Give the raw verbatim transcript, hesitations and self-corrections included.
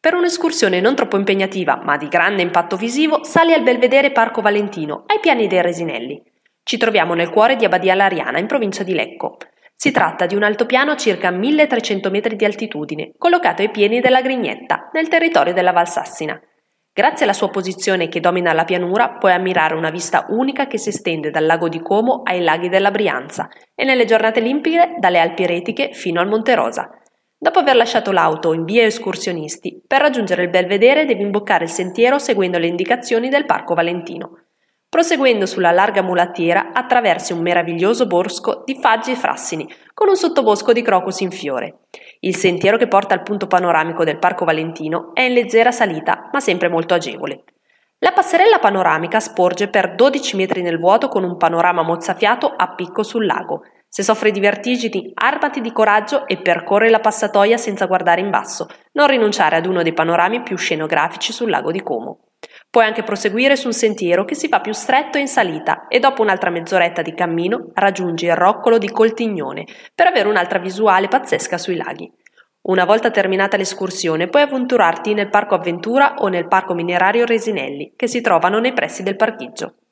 Per un'escursione non troppo impegnativa, ma di grande impatto visivo, sali al Belvedere Parco Valentino, ai piani dei Resinelli. Ci troviamo nel cuore di Abbadia Lariana, in provincia di Lecco. Si tratta di un altopiano a circa milletrecento metri di altitudine, collocato ai piedi della Grignetta, nel territorio della Valsassina. Grazie alla sua posizione che domina la pianura, puoi ammirare una vista unica che si estende dal lago di Como ai laghi della Brianza e nelle giornate limpide dalle Alpi Retiche fino al Monte Rosa. Dopo aver lasciato l'auto in via escursionisti, per raggiungere il Belvedere devi imboccare il sentiero seguendo le indicazioni del Parco Valentino. Proseguendo sulla larga mulattiera attraversi un meraviglioso bosco di faggi e frassini, con un sottobosco di crocus in fiore. Il sentiero che porta al punto panoramico del Parco Valentino è in leggera salita, ma sempre molto agevole. La passerella panoramica sporge per dodici metri nel vuoto con un panorama mozzafiato a picco sul lago. Se soffri di vertigini, armati di coraggio e percorri la passatoia senza guardare in basso, non rinunciare ad uno dei panorami più scenografici sul lago di Como. Puoi anche proseguire su un sentiero che si fa più stretto in salita e dopo un'altra mezz'oretta di cammino raggiungi il roccolo di Coltignone per avere un'altra visuale pazzesca sui laghi. Una volta terminata l'escursione puoi avventurarti nel Parco Avventura o nel Parco Minerario Resinelli, che si trovano nei pressi del parcheggio.